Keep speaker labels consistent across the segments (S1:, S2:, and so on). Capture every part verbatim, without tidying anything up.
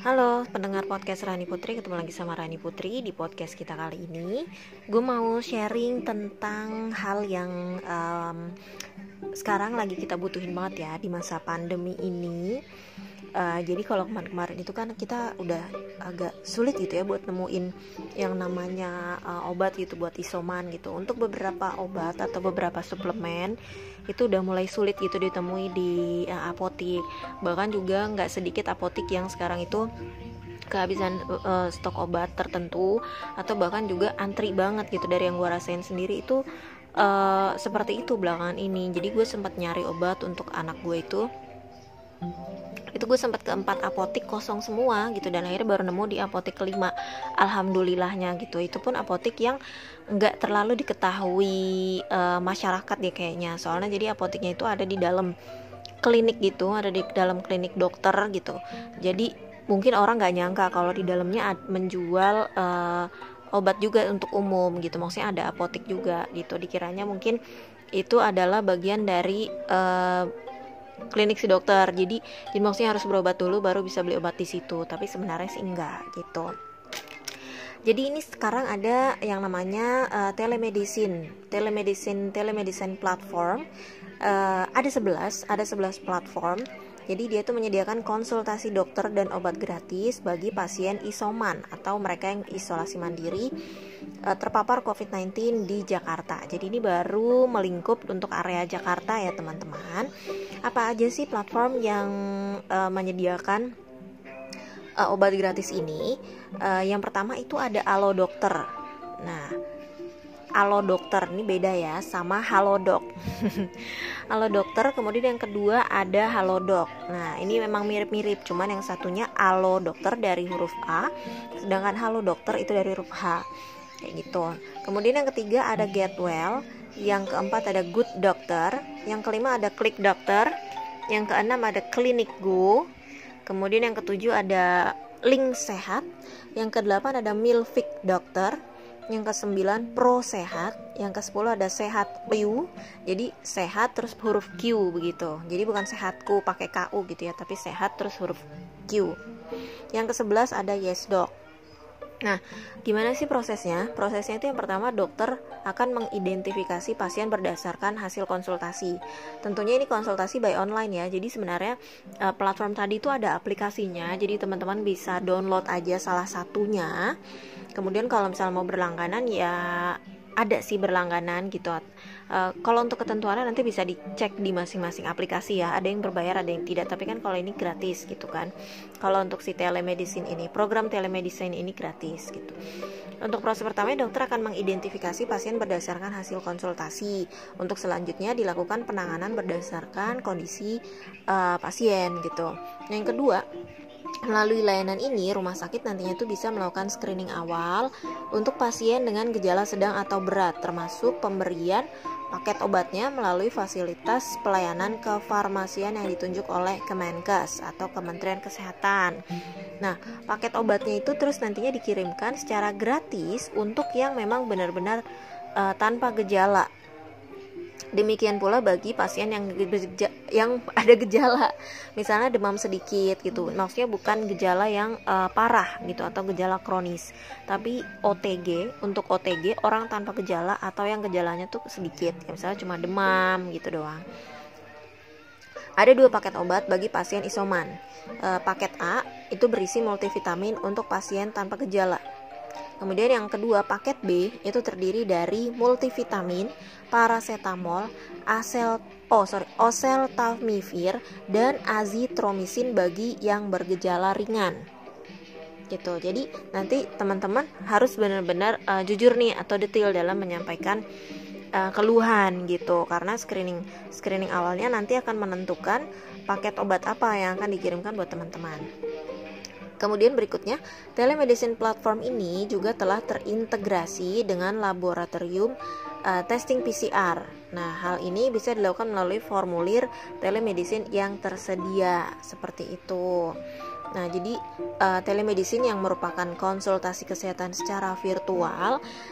S1: Halo pendengar podcast Rani Putri, ketemu lagi sama Rani Putri. Di podcast kita kali ini gue mau sharing tentang hal yang um, sekarang lagi kita butuhin banget ya di masa pandemi ini. Uh, jadi kalau kemarin-kemarin itu kan kita udah agak sulit gitu ya buat nemuin yang namanya uh, obat gitu buat isoman gitu. Untuk beberapa obat atau beberapa suplemen itu udah mulai sulit gitu ditemui di uh, apotik. Bahkan juga nggak sedikit apotik yang sekarang itu kehabisan uh, stok obat tertentu, atau bahkan juga antri banget gitu. Dari yang gue rasain sendiri itu uh, seperti itu belakangan ini. Jadi gue sempat nyari obat untuk anak gue itu itu gue sempat ke empat apotik kosong semua gitu, dan akhirnya baru nemu di apotik kelima, alhamdulillahnya gitu. Itu pun apotik yang nggak terlalu diketahui uh, masyarakat ya kayaknya, soalnya jadi apotiknya itu ada di dalam klinik gitu, ada di dalam klinik dokter gitu. Jadi mungkin orang nggak nyangka kalau di dalamnya ad- menjual uh, obat juga untuk umum gitu, maksudnya ada apotik juga gitu. Dikiranya mungkin itu adalah bagian dari uh, klinik si dokter, jadi jadi maksudnya harus berobat dulu baru bisa beli obat di situ, tapi sebenarnya sih enggak gitu. Jadi ini sekarang ada yang namanya uh, telemedicine, telemedicine, telemedicine platform. Uh, ada sebelas, ada sebelas platform. Jadi dia tuh menyediakan konsultasi dokter dan obat gratis bagi pasien isoman atau mereka yang isolasi mandiri uh, terpapar covid sembilan belas di Jakarta. Jadi ini baru melingkup untuk area Jakarta ya teman-teman. Apa aja sih platform yang uh, menyediakan uh, obat gratis ini? Uh, yang pertama itu ada Alo Dokter. Nah, Alo Dokter ini beda ya sama Halodoc. Halo Dokter, kemudian yang kedua ada Halodoc. Nah, ini memang mirip-mirip, cuman yang satunya Alo Dokter dari huruf A, sedangkan Halo Dokter itu dari huruf H. Kayak gitu. Kemudian yang ketiga ada Get Well, yang keempat ada Good Doctor, yang kelima ada Click Doctor, yang keenam ada Clinic Go, kemudian yang ketujuh ada Link Sehat, yang kedelapan ada Milfik Doctor, yang kesembilan Pro Sehat, yang kesepuluh ada Sehat Q. Jadi sehat terus huruf Q begitu. Jadi bukan sehatku pakai K U gitu ya, tapi sehat terus huruf Q. Yang kesebelas ada Yes Doc. Nah, gimana sih prosesnya? Prosesnya itu yang pertama dokter akan mengidentifikasi pasien berdasarkan hasil konsultasi. Tentunya ini konsultasi by online ya. Jadi sebenarnya uh, platform tadi itu ada aplikasinya. Jadi teman-teman bisa download aja salah satunya. Kemudian kalau misalnya mau berlangganan ya ada sih berlangganan gitu. Uh, kalau untuk ketentuannya nanti bisa dicek di masing-masing aplikasi ya. Ada yang berbayar, ada yang tidak. Tapi kan kalau ini gratis gitu kan. Kalau untuk si telemedicine ini, program telemedicine ini gratis gitu. Untuk proses pertama, dokter akan mengidentifikasi pasien berdasarkan hasil konsultasi. Untuk selanjutnya dilakukan penanganan berdasarkan kondisi uh, pasien gitu. Yang kedua, melalui layanan ini, rumah sakit nantinya tuh bisa melakukan screening awal untuk pasien dengan gejala sedang atau berat, termasuk pemberian paket obatnya melalui fasilitas pelayanan kefarmasian yang ditunjuk oleh Kemenkes atau Kementerian Kesehatan. Nah, paket obatnya itu terus nantinya dikirimkan secara gratis untuk yang memang benar-benar uh, tanpa gejala. Demikian pula bagi pasien yang yang ada gejala, misalnya demam sedikit gitu, maksudnya bukan gejala yang uh, parah gitu atau gejala kronis, tapi O T G. Untuk O T G orang tanpa gejala atau yang gejalanya tuh sedikit, ya, misalnya cuma demam gitu doang. Ada dua paket obat bagi pasien isoman. Uh, paket A itu berisi multivitamin untuk pasien tanpa gejala. Kemudian yang kedua, paket B itu terdiri dari multivitamin, paracetamol, asel, oh sorry, oseltamivir, dan azitromisin bagi yang bergejala ringan. Gitu. Jadi nanti teman-teman harus benar-benar uh, jujur nih atau detail dalam menyampaikan uh, keluhan gitu, karena screening screening awalnya nanti akan menentukan paket obat apa yang akan dikirimkan buat teman-teman. Kemudian berikutnya, telemedicine platform ini juga telah terintegrasi dengan laboratorium uh, testing P C R. Nah, hal ini bisa dilakukan melalui formulir telemedicine yang tersedia seperti itu. Nah, jadi uh, telemedicine yang merupakan konsultasi kesehatan secara virtual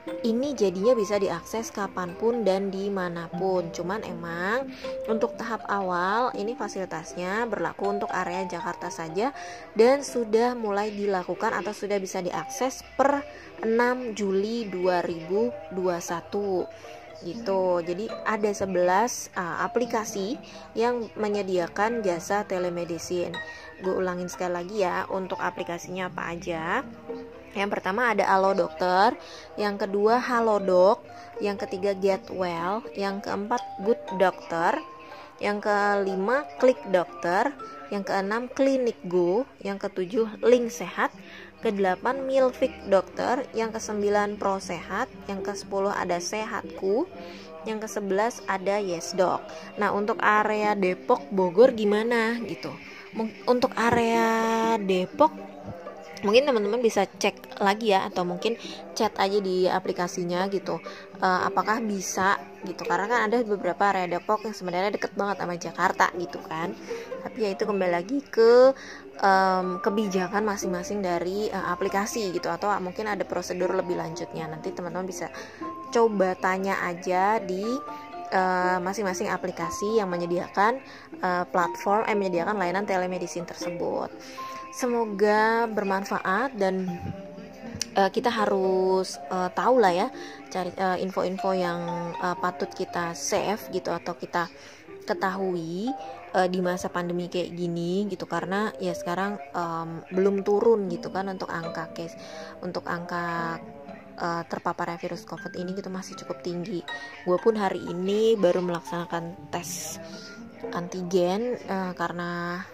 S1: ini jadinya bisa diakses kapanpun dan dimanapun. Cuman emang untuk tahap awal ini fasilitasnya berlaku untuk area Jakarta saja dan sudah mulai dilakukan atau sudah bisa diakses per enam Juli dua ribu dua puluh satu gitu. Jadi ada sebelas uh, aplikasi yang menyediakan jasa telemedicine. Gue ulangin sekali lagi ya, untuk aplikasinya apa aja. Yang pertama ada Halo Dokter, yang kedua Halodoc, yang ketiga Get Well, yang keempat Good Doctor, yang kelima Klik Dokter, yang keenam Klinik Go, yang ketujuh Link Sehat, kedelapan Milfik Dokter, yang kesembilan Pro Sehat, yang kesepuluh ada Sehatku, yang kesebelas ada Yesdoc. Nah, untuk area Depok, Bogor gimana gitu? Untuk area Depok mungkin teman-teman bisa cek lagi ya, atau mungkin chat aja di aplikasinya gitu, uh, apakah bisa gitu, karena kan ada beberapa area Depok yang sebenarnya deket banget sama Jakarta gitu kan. Tapi ya itu kembali lagi ke um, kebijakan masing-masing dari uh, aplikasi gitu, atau mungkin ada prosedur lebih lanjutnya. Nanti teman-teman bisa coba tanya aja di uh, masing-masing aplikasi yang menyediakan uh, platform eh menyediakan layanan telemedicine tersebut. Semoga bermanfaat dan uh, kita harus uh, tahu lah ya, cari uh, info-info yang uh, patut kita save gitu, atau kita ketahui uh, di masa pandemi kayak gini gitu, karena ya sekarang um, belum turun gitu kan untuk angka case, untuk angka uh, terpaparnya virus COVID ini gitu masih cukup tinggi. Gue pun hari ini baru melaksanakan tes antigen uh, karena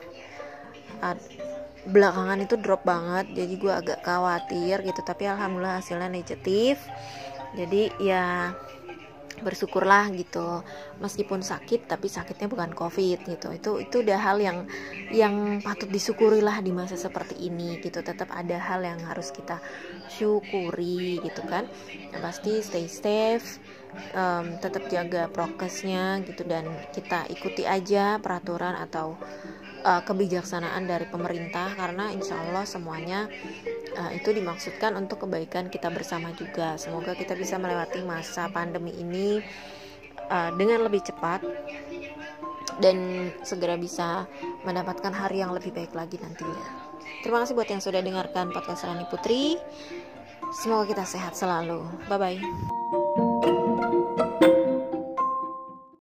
S1: uh, belakangan itu drop banget, jadi gue agak khawatir gitu, tapi alhamdulillah hasilnya negatif. Jadi ya bersyukurlah gitu, meskipun sakit tapi sakitnya bukan COVID gitu. Itu itu udah hal yang yang patut disyukuri lah di masa seperti ini gitu. Tetap ada hal yang harus kita syukuri gitu kan. Yang pasti stay safe, um, tetap jaga prokesnya gitu, dan kita ikuti aja peraturan atau uh, kebijaksanaan dari pemerintah, karena insya Allah semuanya uh, itu dimaksudkan untuk kebaikan kita bersama juga. Semoga kita bisa melewati masa pandemi ini uh, dengan lebih cepat dan segera bisa mendapatkan hari yang lebih baik lagi nantinya. Terima kasih buat yang sudah dengarkan podcast Rani Putri. Semoga kita sehat selalu. Bye bye.